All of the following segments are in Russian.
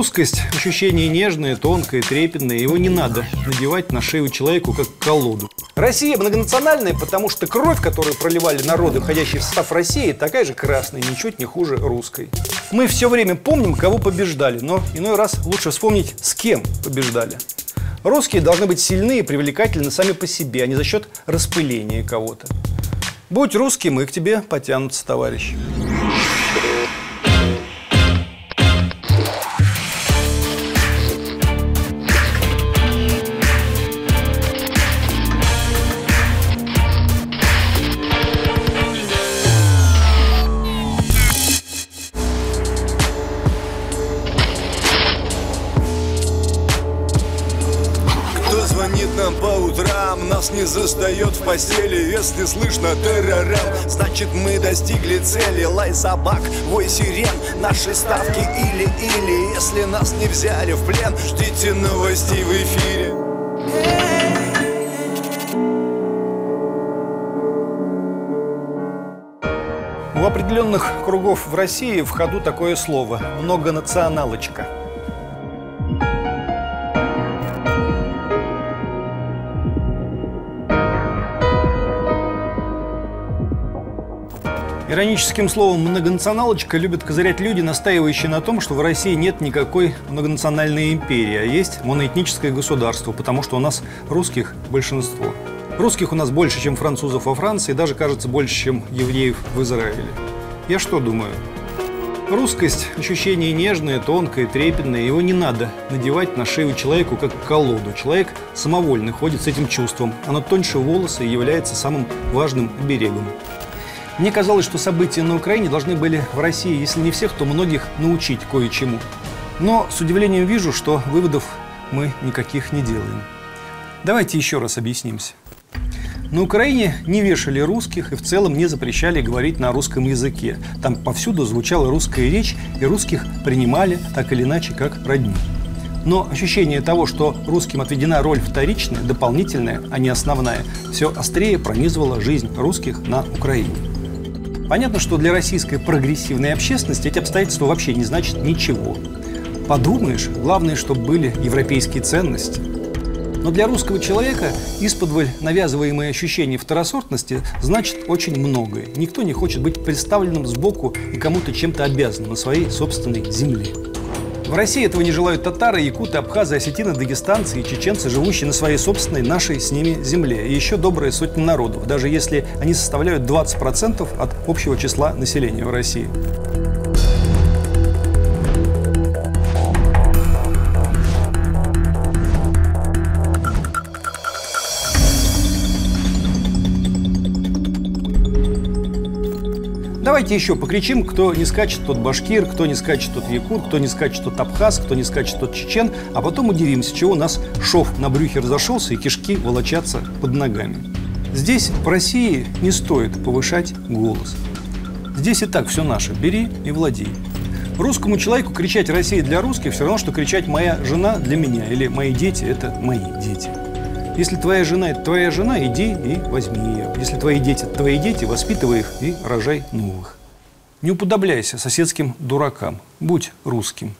Русскость – ощущение нежное, тонкое, трепетное. Его не надо надевать на шею человеку, как колоду. Россия многонациональная, потому что кровь, которую проливали народы, входящие в состав России, такая же красная, ничуть не хуже русской. Мы все время помним, кого побеждали, но иной раз лучше вспомнить, с кем побеждали. Русские должны быть сильны и привлекательны сами по себе, а не за счет распыления кого-то. Будь русским, и к тебе потянутся, товарищи. Звонит нам по утрам, нас не застает в постели. Если слышно террорам, значит мы достигли цели. Лай собак, вой сирен, наши ставки или. Если нас не взяли в плен, ждите новостей в эфире. У определенных кругов в России в ходу такое слово – многонационалочка. Ироническим словом «многонационалочка» любят козырять люди, настаивающие на том, что в России нет никакой многонациональной империи, а есть моноэтническое государство, потому что у нас русских большинство. Русских у нас больше, чем французов во Франции, даже, кажется, больше, чем евреев в Израиле. Я что думаю? Русскость – ощущение нежное, тонкое, трепетное. Его не надо надевать на шею человеку, как колоду. Человек самовольно ходит с этим чувством. Оно тоньше волоса и является самым важным оберегом. Мне казалось, что события на Украине должны были в России, если не всех, то многих научить кое-чему. Но с удивлением вижу, что выводов мы никаких не делаем. Давайте еще раз объяснимся. На Украине не вешали русских и в целом не запрещали говорить на русском языке. Там повсюду звучала русская речь, и русских принимали так или иначе как родню. Но ощущение того, что русским отведена роль вторичная, дополнительная, а не основная, все острее пронизывало жизнь русских на Украине. Понятно, что для российской прогрессивной общественности эти обстоятельства вообще не значат ничего. Подумаешь, главное, чтобы были европейские ценности. Но для русского человека исподволь навязываемые ощущения второсортности значит очень многое. Никто не хочет быть представленным сбоку и кому-то чем-то обязанным на своей собственной земле. В России этого не желают татары, якуты, абхазы, осетины, дагестанцы и чеченцы, живущие на своей собственной, нашей с ними земле. И еще добрая сотня народов, даже если они составляют 20% от общего числа населения в России. Давайте еще покричим, кто не скачет, тот башкир, кто не скачет, тот якут, кто не скачет, тот абхаз, кто не скачет, тот чечен, а потом удивимся, чего у нас шов на брюхе разошелся и кишки волочатся под ногами. Здесь, в России, не стоит повышать голос. Здесь и так все наше. Бери и владей. Русскому человеку кричать «Россия для русских» все равно, что кричать «моя жена для меня» или «мои дети – это мои дети». Если твоя жена – это твоя жена, иди и возьми ее. Если твои дети – это твои дети, воспитывай их и рожай новых. Не уподобляйся соседским дуракам. Будь русским.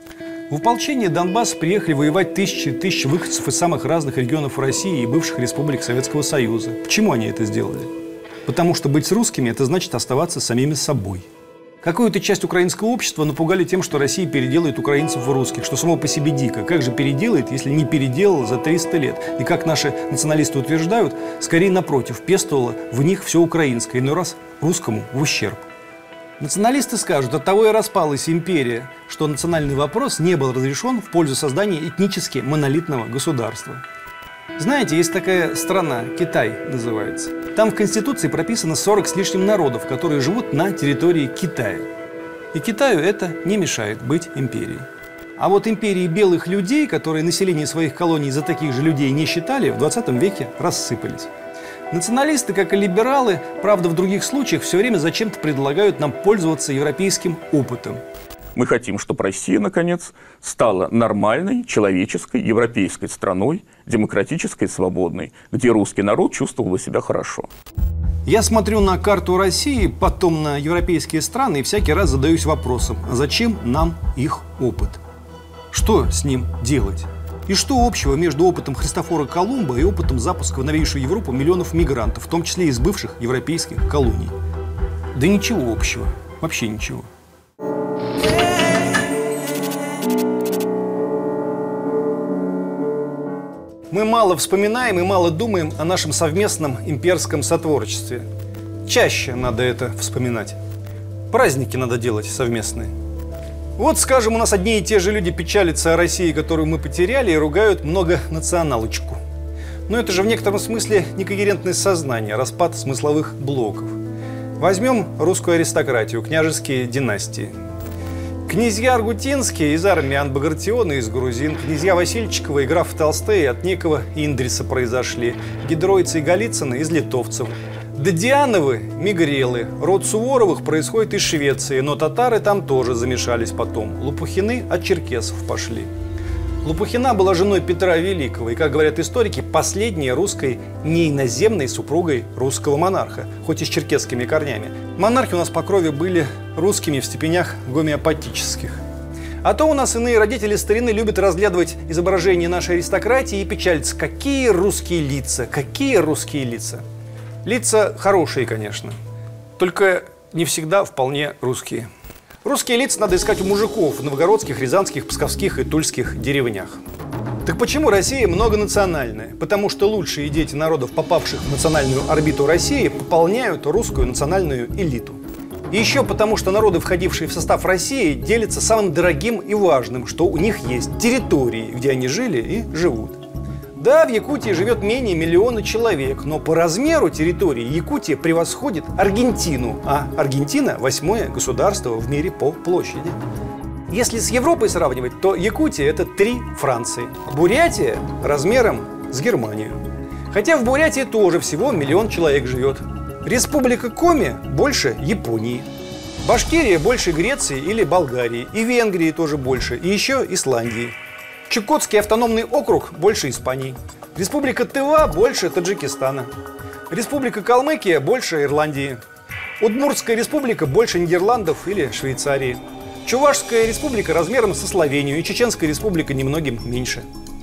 В ополчение Донбасс приехали воевать тысячи выходцев из самых разных регионов России и бывших республик Советского Союза. Почему они это сделали? Потому что быть с русскими – это значит оставаться самими собой. Какую-то часть украинского общества напугали тем, что Россия переделает украинцев в русских, что само по себе дико. Как же переделает, если не переделала за 300 лет? И как наши националисты утверждают, скорее напротив, пестовала в них все украинское, иной раз русскому в ущерб. Националисты скажут, оттого и распалась империя, что национальный вопрос не был разрешен в пользу создания этнически монолитного государства. Знаете, есть такая страна, Китай называется. Там в Конституции прописано 40 с лишним народов, которые живут на территории Китая. И Китаю это не мешает быть империей. А вот империи белых людей, которые население своих колоний за таких же людей не считали, в 20 веке рассыпались. Националисты, как и либералы, правда, в других случаях все время зачем-то предлагают нам пользоваться европейским опытом. Мы хотим, чтобы Россия, наконец, стала нормальной, человеческой, европейской страной, демократической, свободной, где русский народ чувствовал бы себя хорошо. Я смотрю на карту России, потом на европейские страны и всякий раз задаюсь вопросом, а зачем нам их опыт? Что с ним делать? И что общего между опытом Христофора Колумба и опытом запуска в новейшую Европу миллионов мигрантов, в том числе из бывших европейских колоний? Да ничего общего. Вообще ничего. Мы мало вспоминаем и мало думаем о нашем совместном имперском сотворчестве. Чаще надо это вспоминать. Праздники надо делать совместные. Вот, скажем, у нас одни и те же люди печалятся о России, которую мы потеряли, и ругают многонационалочку. Но это же в некотором смысле некогерентность сознания, распад смысловых блоков. Возьмем русскую аристократию, княжеские династии. Князья Аргутинские из армии Ан-Багратиона из грузин, князья Васильчикова и граф Толстые от некого Индриса произошли, гидройцы и Голицыны из литовцев. Дадиановы – мигрелы, род Суворовых происходит из Швеции, но татары там тоже замешались потом. Лопухины от черкесов пошли. Лопухина была женой Петра Великого и, как говорят историки, последней русской неиноземной супругой русского монарха, хоть и с черкесскими корнями. Монархи у нас по крови были русскими в степенях гомеопатических. А то у нас иные родители старины любят разглядывать изображения нашей аристократии и печалиться, какие русские лица, какие русские лица. Лица хорошие, конечно, только не всегда вполне русские. Русские лица надо искать у мужиков в новгородских, рязанских, псковских и тульских деревнях. Так почему Россия многонациональная? Потому что лучшие дети народов, попавших в национальную орбиту России, пополняют русскую национальную элиту. И еще потому, что народы, входившие в состав России, делятся самым дорогим и важным, что у них есть территории, где они жили и живут. Да, в Якутии живет менее 1 миллиона человек, но по размеру территории Якутия превосходит Аргентину, а Аргентина – 8-е государство в мире по площади. Если с Европой сравнивать, то Якутия – это 3 Франции. Бурятия размером с Германию. Хотя в Бурятии тоже всего 1 миллион человек живет. Республика Коми больше Японии. Башкирия больше Греции или Болгарии. И Венгрии тоже больше. И еще Исландии. Чукотский автономный округ больше Испании. Республика Тыва больше Таджикистана. Республика Калмыкия больше Ирландии. Удмуртская республика больше Нидерландов или Швейцарии. Чувашская республика размером со Словению и Чеченская республика немногим меньше.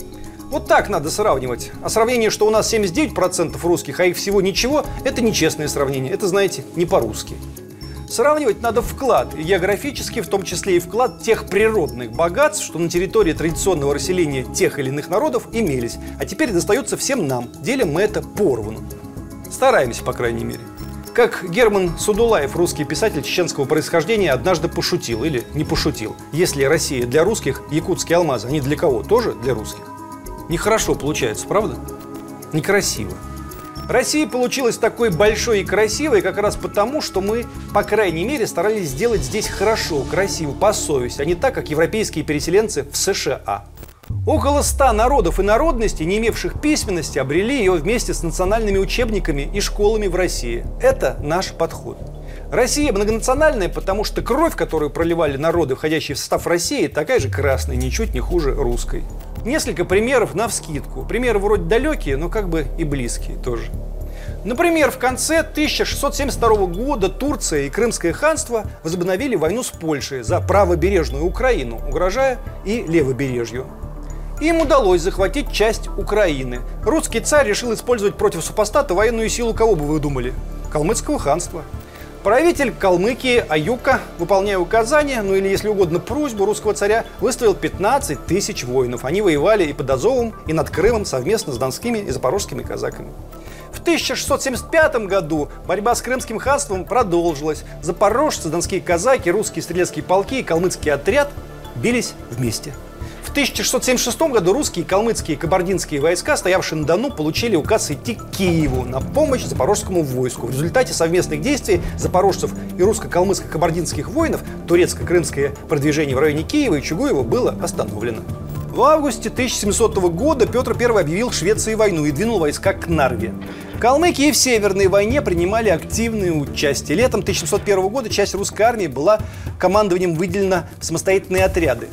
Вот так надо сравнивать. А сравнение, что у нас 79% русских, а их всего ничего, это нечестное сравнение. Это, знаете, не по-русски. Сравнивать надо вклад, и географически, в том числе и вклад тех природных богатств, что на территории традиционного расселения тех или иных народов имелись, а теперь достается всем нам. Делим мы это поровну. Стараемся, по крайней мере. Как Герман Судулаев, русский писатель чеченского происхождения, однажды пошутил или не пошутил. Если Россия для русских, якутские алмазы, они для кого? Тоже для русских? Нехорошо получается, правда? Некрасиво. Россия получилась такой большой и красивой как раз потому, что мы, по крайней мере, старались сделать здесь хорошо, красиво, по совести, а не так, как европейские переселенцы в США. Около 100 народов и народностей, не имевших письменности, обрели ее вместе с национальными учебниками и школами в России. Это наш подход. Россия многонациональная, потому что кровь, которую проливали народы, входящие в состав России, такая же красная, ничуть не хуже русской. Несколько примеров навскидку. Примеры вроде далекие, но как бы и близкие тоже. Например, в конце 1672 года Турция и Крымское ханство возобновили войну с Польшей за правобережную Украину, угрожая и левобережью. Им удалось захватить часть Украины. Русский царь решил использовать против супостата военную силу, кого бы вы думали? Калмыцкого ханства. Правитель Калмыкии Аюка, выполняя указания, ну или, если угодно, просьбу русского царя, выставил 15 тысяч воинов. Они воевали и под Азовом, и над Крымом совместно с донскими и запорожскими казаками. В 1675 году борьба с Крымским ханством продолжилась. Запорожцы, донские казаки, русские стрелецкие полки и калмыцкий отряд бились вместе. В 1676 году русские, калмыцкие и кабардинские войска, стоявшие на Дону, получили указ идти к Киеву на помощь запорожскому войску. В результате совместных действий запорожцев и русско-калмыцко-кабардинских воинов турецко-крымское продвижение в районе Киева и Чугуева было остановлено. В августе 1700 года Петр I объявил Швеции войну и двинул войска к Нарве. Калмыки в Северной войне принимали активное участие. Летом 1701 года часть русской армии была командованием выделена в самостоятельные отряды.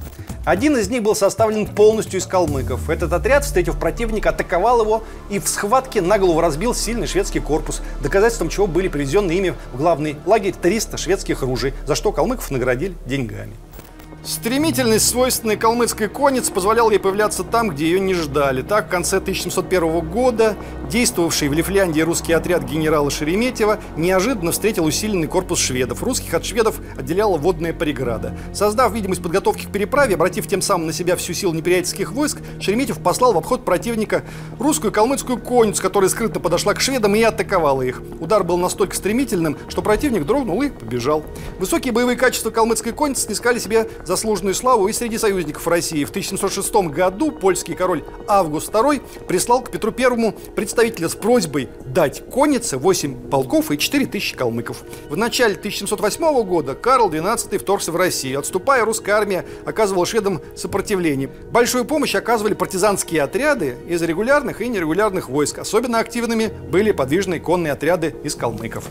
Один из них был составлен полностью из калмыков. Этот отряд, встретив противника, атаковал его и в схватке наголову разбил сильный шведский корпус, доказательством чего были привезены ими в главный лагерь 300 шведских ружей, за что калмыков наградили деньгами. Стремительность, свойственной калмыцкой коннице, позволяла ей появляться там, где ее не ждали. Так, в конце 1701 года действовавший в Лифляндии русский отряд генерала Шереметьева неожиданно встретил усиленный корпус шведов. Русских от шведов отделяла водная преграда. Создав видимость подготовки к переправе, обратив тем самым на себя всю силу неприятельских войск, Шереметьев послал в обход противника русскую калмыцкую конницу, которая скрытно подошла к шведам и атаковала их. Удар был настолько стремительным, что противник дрогнул и побежал. Высокие боевые качества калмыцкой конницы снискали себе заслуженную славу и среди союзников России. В 1706 году польский король Август II прислал к Петру I представителя с просьбой дать коннице 8 полков и 4000 калмыков. В начале 1708 года Карл XII вторгся в Россию. Отступая, русская армия оказывала шведам сопротивление. Большую помощь оказывали партизанские отряды из регулярных и нерегулярных войск. Особенно активными были подвижные конные отряды из калмыков.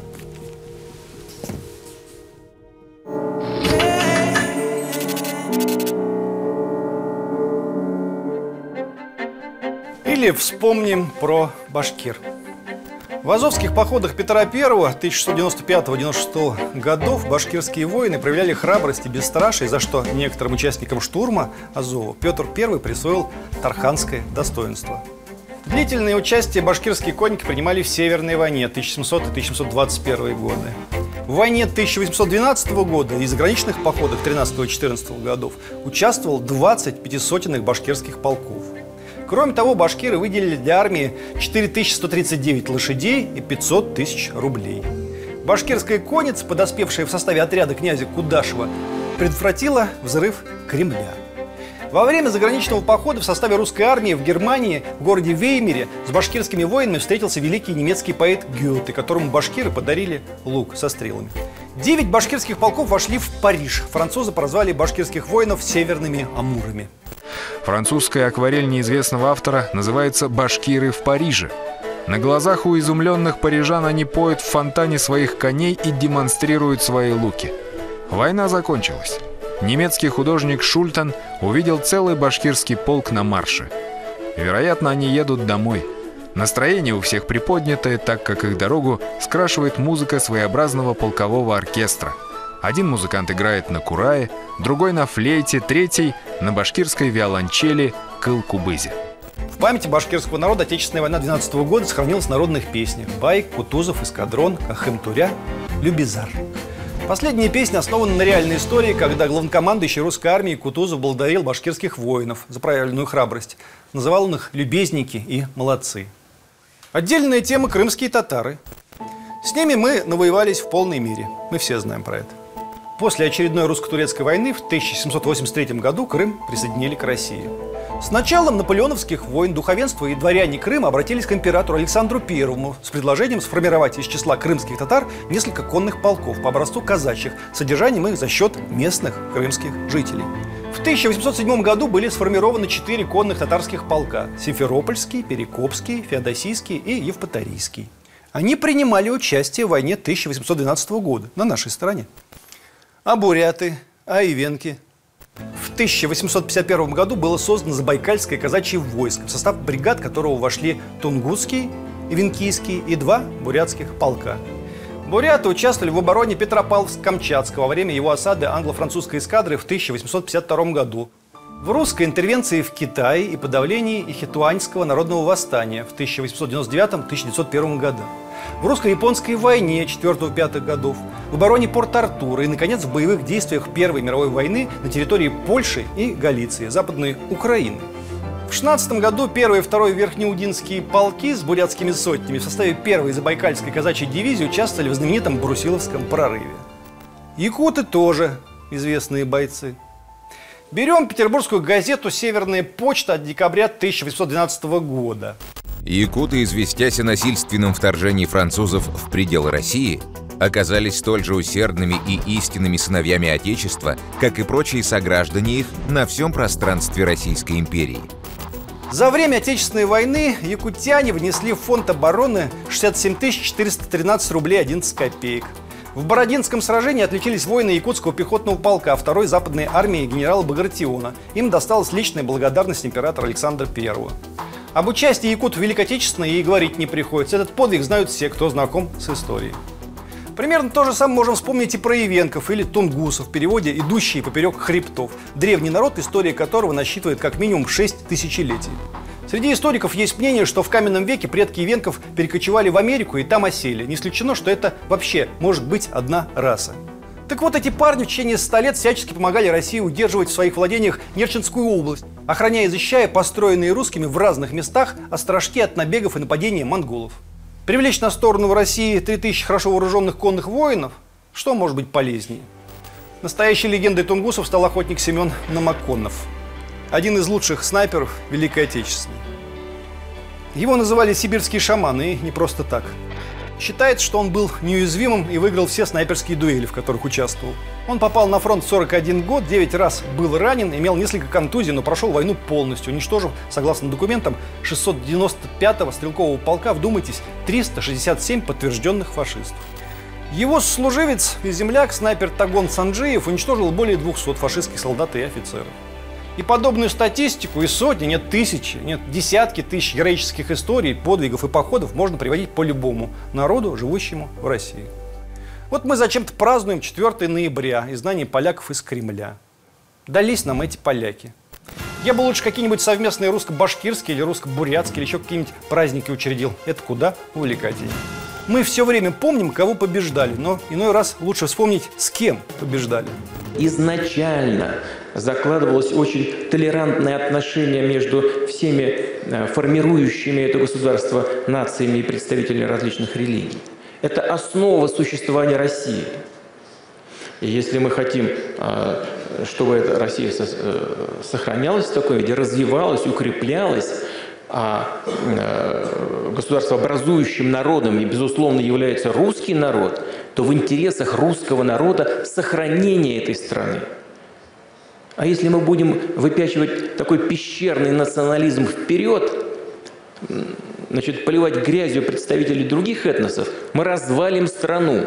Или вспомним про башкир. В азовских походах Петра I 1695-96 годов башкирские воины проявляли храбрость и бесстрашие, за что некоторым участникам штурма Азова Петр I присвоил тарханское достоинство. Длительное участие башкирские конники принимали в Северной войне 1700 и 1721 годы. В войне 1812 года и заграничных походах 13-14 годов участвовал 20 пятисотенных башкирских полков. Кроме того, башкиры выделили для армии 4139 лошадей и 500 тысяч рублей. Башкирская конница, подоспевшая в составе отряда князя Кудашева, предотвратила взрыв Кремля. Во время заграничного похода в составе русской армии в Германии, в городе Веймере, с башкирскими воинами встретился великий немецкий поэт Гёте, которому башкиры подарили лук со стрелами. 9 башкирских полков вошли в Париж. Французы прозвали башкирских воинов северными амурами. Французская акварель неизвестного автора называется «Башкиры в Париже». На глазах у изумленных парижан они поют в фонтане своих коней и демонстрируют свои луки. Война закончилась. Немецкий художник Шультен увидел целый башкирский полк на марше. Вероятно, они едут домой. Настроение у всех приподнятое, так как их дорогу скрашивает музыка своеобразного полкового оркестра. Один музыкант играет на курае, другой на флейте, третий на башкирской виолончели кыл-кубызе. В памяти башкирского народа Отечественная война 12 года сохранилась в народных песнях: Байк, Кутузов, Эскадрон, Кахым-Туря, Любизар. Последняя песня основана на реальной истории, когда главнокомандующий русской армии Кутузов благодарил башкирских воинов за проявленную храбрость. Называл он их «любезники» и «молодцы». Отдельная тема – крымские татары. С ними мы навоевались в полной мере. Мы все знаем про это. После очередной русско-турецкой войны в 1783 году Крым присоединили к России. С началом наполеоновских войн духовенство и дворяне Крыма обратились к императору Александру I с предложением сформировать из числа крымских татар несколько конных полков по образцу казачьих, содержанием их за счет местных крымских жителей. В 1807 году были сформированы 4 конных татарских полка – Симферопольский, Перекопский, Феодосийский и Евпаторийский. Они принимали участие в войне 1812 года на нашей стороне. А буряты, а ивенки? В 1851 году было создано Забайкальское казачье войско, в состав бригад которого вошли Тунгусский, Ивенкийский и 2 бурятских полка. Буряты участвовали в обороне Петропавловска-Камчатского во время его осады англо-французской эскадры в 1852 году, в русской интервенции в Китае и подавлении Ихетуаньского народного восстания в 1899-1901 годах, в русско-японской войне 4-5 годов, в обороне Порт-Артура и, наконец, в боевых действиях Первой мировой войны на территории Польши и Галиции, Западной Украины. В 16 году 1 и 2 верхнеудинские полки с бурятскими сотнями в составе 1-й Забайкальской казачьей дивизии участвовали в знаменитом Брусиловском прорыве. Якуты тоже известные бойцы. Берем петербургскую газету «Северная почта» от декабря 1812 года. Якуты, известясь о насильственном вторжении французов в пределы России, оказались столь же усердными и истинными сыновьями Отечества, как и прочие сограждане их на всем пространстве Российской империи. За время Отечественной войны якутяне внесли в фонд обороны 67 413 рублей 11 копеек. В Бородинском сражении отличились воины Якутского пехотного полка 2-й западной армии генерала Багратиона. Им досталась личная благодарность императора Александра I. Об участии якутов в Великой Отечественной и говорить не приходится. Этот подвиг знают все, кто знаком с историей. Примерно то же самое можем вспомнить и про ивенков или тунгусов, в переводе «идущие поперек хребтов». Древний народ, история которого насчитывает как минимум 6 тысячелетий. Среди историков есть мнение, что в каменном веке предки ивенков перекочевали в Америку и там осели. Не исключено, что это вообще может быть одна раса. Так вот, эти парни в течение 100 лет всячески помогали России удерживать в своих владениях Нерчинскую область, охраняя и защищая построенные русскими в разных местах острожки от набегов и нападений монголов. Привлечь на сторону в России 3000 хорошо вооруженных конных воинов? Что может быть полезнее? Настоящей легендой тунгусов стал охотник Семен Намаконов. Один из лучших снайперов Великой Отечественной. Его называли сибирские шаманы, и не просто так. Считается, что он был неуязвимым и выиграл все снайперские дуэли, в которых участвовал. Он попал на фронт в 41 год, 9 раз был ранен, имел несколько контузий, но прошел войну полностью, уничтожив, согласно документам, 695-го стрелкового полка, вдумайтесь, 367 подтвержденных фашистов. Его служивец и земляк, снайпер Тагон Санджиев, уничтожил более 200 фашистских солдат и офицеров. И подобную статистику и сотни, нет тысячи, нет десятки тысяч героических историй, подвигов и походов можно приводить по любому народу, живущему в России. Вот мы зачем-то празднуем 4 ноября, изгнание поляков из Кремля. Дались нам эти поляки. Я бы лучше какие-нибудь совместные русско-башкирские или русско-бурятские или еще какие-нибудь праздники учредил. Это куда увлекательнее. Мы все время помним, кого побеждали, но иной раз лучше вспомнить, с кем побеждали. Изначально закладывалось очень толерантное отношение между всеми формирующими это государство нациями и представителями различных религий. Это основа существования России. И если мы хотим, чтобы эта Россия сохранялась в таком виде, развивалась, укреплялась, а государствообразующим народом, и, безусловно, является русский народ, то в интересах русского народа сохранение этой страны. А если мы будем выпячивать такой пещерный национализм вперед, значит, поливать грязью представителей других этносов, мы развалим страну,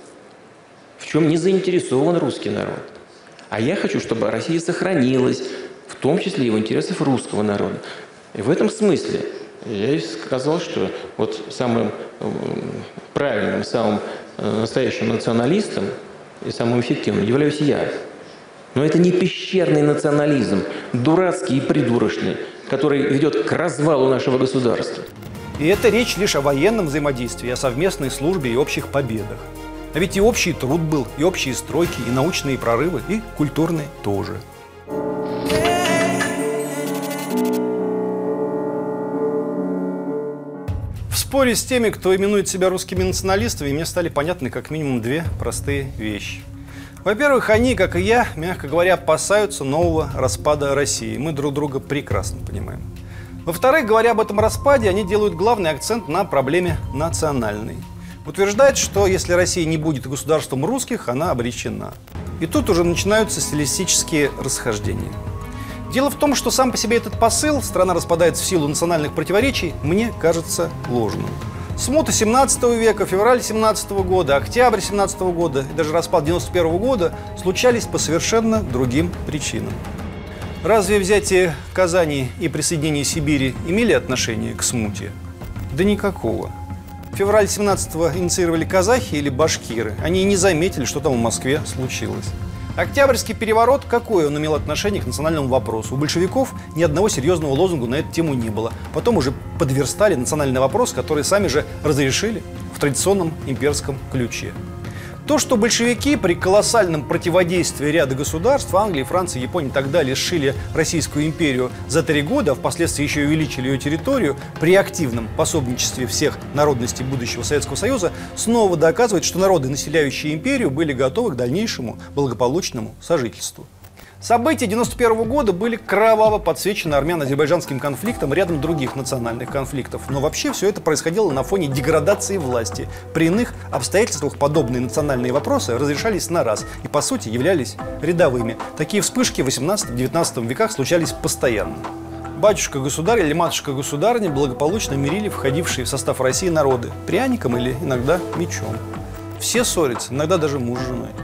в чем не заинтересован русский народ. А я хочу, чтобы Россия сохранилась, в том числе и в интересах русского народа. И в этом смысле я и сказал, что вот самым правильным, самым настоящим националистом и самым эффективным являюсь я. Но это не пещерный национализм, дурацкий и придурочный, который ведет к развалу нашего государства. И это речь лишь о военном взаимодействии, о совместной службе и общих победах. А ведь и общий труд был, и общие стройки, и научные прорывы, и культурные тоже. В споре с теми, кто именует себя русскими националистами, мне стали понятны как минимум две простые вещи. Во-первых, они, как и я, мягко говоря, опасаются нового распада России. Мы друг друга прекрасно понимаем. Во-вторых, говоря об этом распаде, они делают главный акцент на проблеме национальной. Утверждают, что если Россия не будет государством русских, она обречена. И тут уже начинаются стилистические расхождения. Дело в том, что сам по себе этот посыл «страна распадается в силу национальных противоречий» мне кажется ложным. Смута 17 века, февраль 17 года, октябрь 17 года и даже распад 91 года случались по совершенно другим причинам. Разве взятие Казани и присоединение Сибири имели отношение к смуте? Да никакого. Февраль 17-го инициировали казахи или башкиры. Они и не заметили, что там в Москве случилось. Октябрьский переворот, какое он имел отношение к национальному вопросу? У большевиков ни одного серьезного лозунга на эту тему не было. Потом уже подверстали национальный вопрос, который сами же разрешили в традиционном имперском ключе. То, что большевики при колоссальном противодействии ряда государств, Англии, Франции, Японии и так далее, сшили Российскую империю за 3 года, а впоследствии еще и увеличили ее территорию, при активном пособничестве всех народностей будущего Советского Союза, снова доказывает, что народы, населяющие империю, были готовы к дальнейшему благополучному сожительству. События 91 года были кроваво подсвечены армяно-азербайджанским конфликтом и рядом других национальных конфликтов. Но вообще все это происходило на фоне деградации власти. При иных обстоятельствах подобные национальные вопросы разрешались на раз и, по сути, являлись рядовыми. Такие вспышки в 18-19 веках случались постоянно. Батюшка-государь или матушка-государыня благополучно мирили входившие в состав России народы пряником или иногда мечом. Все ссорятся, иногда даже муж с женой.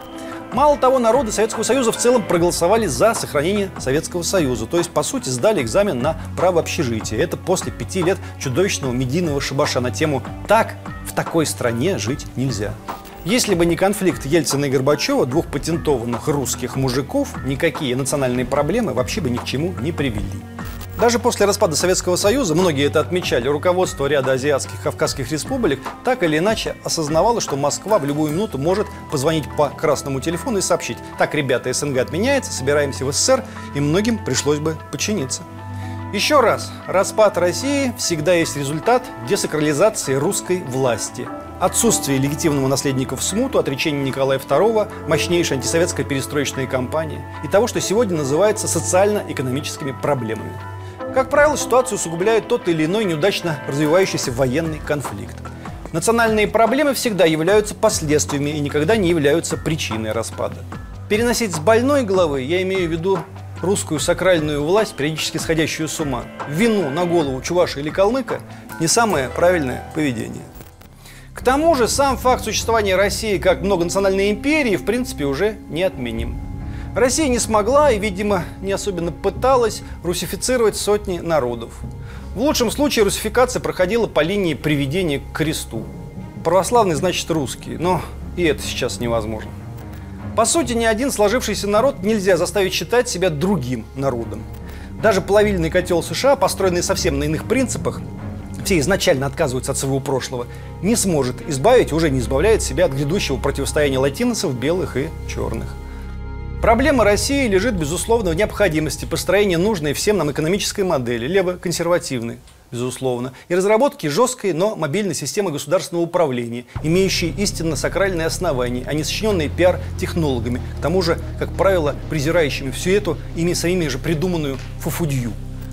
Мало того, народы Советского Союза в целом проголосовали за сохранение Советского Союза. То есть, по сути, сдали экзамен на право общежития. Это после 5 лет чудовищного медийного шабаша на тему «Так в такой стране жить нельзя». Если бы не конфликт Ельцина и Горбачева, двух патентованных русских мужиков, никакие национальные проблемы вообще бы ни к чему не привели. Даже после распада Советского Союза, многие это отмечали, руководство ряда азиатских, кавказских республик так или иначе осознавало, что Москва в любую минуту может позвонить по красному телефону и сообщить: так, ребята, СНГ отменяется, собираемся в СССР, и многим пришлось бы подчиниться. Еще раз, распад России всегда есть результат десакрализации русской власти. Отсутствие легитимного наследника в смуту, отречение Николая II, мощнейшая антисоветская перестроечная кампания и того, что сегодня называется социально-экономическими проблемами. Как правило, ситуацию усугубляет тот или иной неудачно развивающийся военный конфликт. Национальные проблемы всегда являются последствиями и никогда не являются причиной распада. Переносить с больной головы я имею в виду русскую сакральную власть, периодически сходящую с ума, вину на голову чуваша или калмыка не самое правильное поведение. К тому же сам факт существования России как многонациональной империи в принципе уже неотменим. Россия не смогла и, видимо, не особенно пыталась русифицировать сотни народов. В лучшем случае русификация проходила по линии приведения к кресту. Православный значит русский, но и это сейчас невозможно. По сути, ни один сложившийся народ нельзя заставить считать себя другим народом. Даже плавильный котел США, построенный совсем на иных принципах, все изначально отказываются от своего прошлого, не сможет избавить, уже не избавляет себя от грядущего противостояния латиносов, белых и черных. Проблема России лежит, безусловно, в необходимости построения нужной всем нам экономической модели, лево-консервативной, безусловно, и разработки жесткой, но мобильной системы государственного управления, имеющей истинно сакральные основания, а не сочиненные пиар-технологами, к тому же, как правило, презирающими всю эту, ими самими же придуманную фуфудью.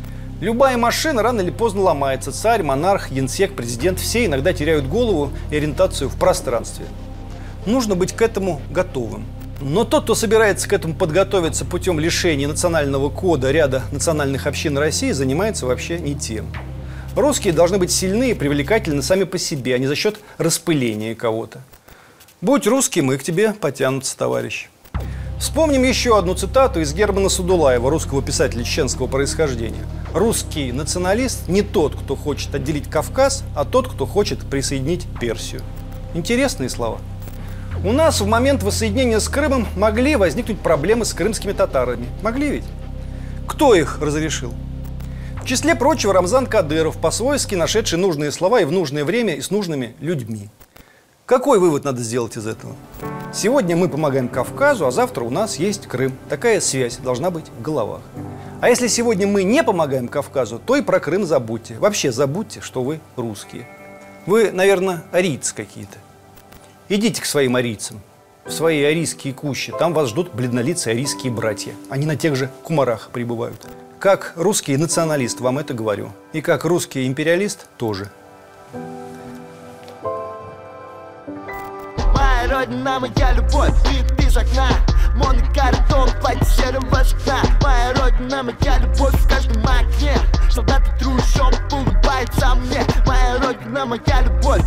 Любая машина рано или поздно ломается. Царь, монарх, генсек, президент – все иногда теряют голову и ориентацию в пространстве. Нужно быть к этому готовым. Но тот, кто собирается к этому подготовиться путем лишения национального кода ряда национальных общин России, занимается вообще не тем. Русские должны быть сильны и привлекательны сами по себе, а не за счет распыления кого-то. Будь русским, и к тебе потянутся, товарищи. Вспомним еще одну цитату из Германа Садулаева, русского писателя чеченского происхождения. «Русский националист не тот, кто хочет отделить Кавказ, а тот, кто хочет присоединить Персию». Интересные слова. У нас в момент воссоединения с Крымом могли возникнуть проблемы с крымскими татарами. Могли ведь? Кто их разрешил? В числе прочего, Рамзан Кадыров, по-свойски нашедший нужные слова и в нужное время, и с нужными людьми. Какой вывод надо сделать из этого? Сегодня мы помогаем Кавказу, а завтра у нас есть Крым. Такая связь должна быть в головах. А если сегодня мы не помогаем Кавказу, то и про Крым забудьте. Вообще забудьте, что вы русские. Вы, наверное, арийцы какие-то. Идите к своим арийцам, в свои арийские кущи. Там вас ждут бледнолицые арийские братья. Они на тех же кумарах прибывают. Как русский националист вам это говорю. И как русский империалист тоже. Моя родина, моя любовь, вид из окна. Монокартон, платье серого окна. Моя родина, моя любовь в каждом окне. Солдаты трущоб улыбается мне. Моя родина, моя любовь,